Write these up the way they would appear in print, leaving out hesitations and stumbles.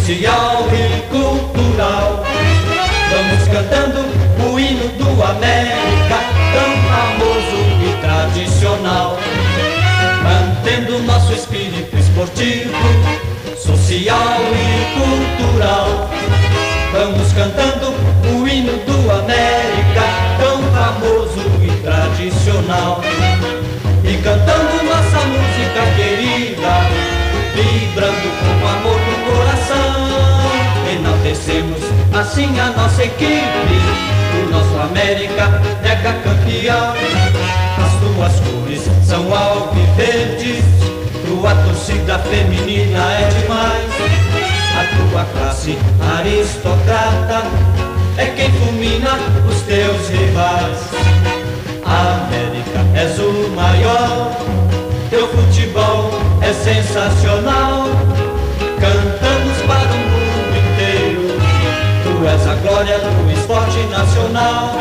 social e cultural. Vamos cantando o hino do América, tão famoso e tradicional, mantendo nosso espírito esportivo, social e cultural. Vamos cantando o hino do América, tão famoso e tradicional, e cantando nossa música querida, vibrando com amor no coração. Enaltecemos assim a nossa equipe, o nosso América Deca campeão. As tuas cores são alviverdes, tua torcida feminina é demais. A tua classe aristocrata é quem fulmina os teus rivais. América, és o maior, teu futebol é sensacional. Cantamos para o mundo inteiro, tu és a glória do esporte nacional.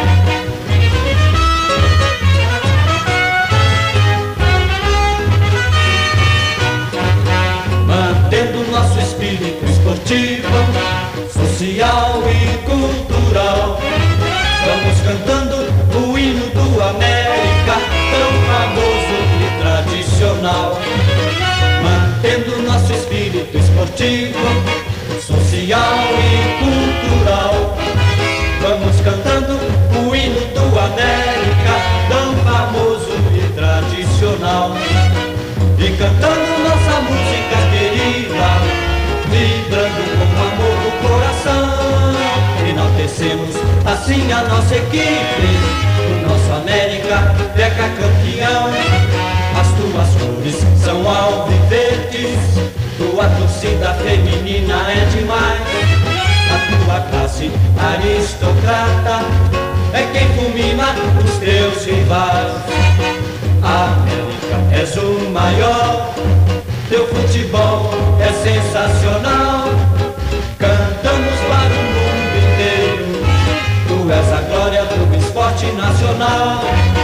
Mantendo nosso espírito esportivo, social e cultural, vamos cantando o hino do América, tão famoso e tradicional. Mantendo nosso espírito esportivo, social e cultural, vamos cantando o hino do América, tão famoso e tradicional, e cantando nossa música querida, vibrando com amor no coração. Enaltecemos assim a nossa equipe, o nosso América Deca campeão. As tuas cores são alviverdes, tua torcida feminina é demais. A tua classe aristocrata é quem fulmina os teus rivais. América, és o maior, teu futebol é sensacional. Cantamos para o mundo inteiro, tu és a glória do esporte nacional.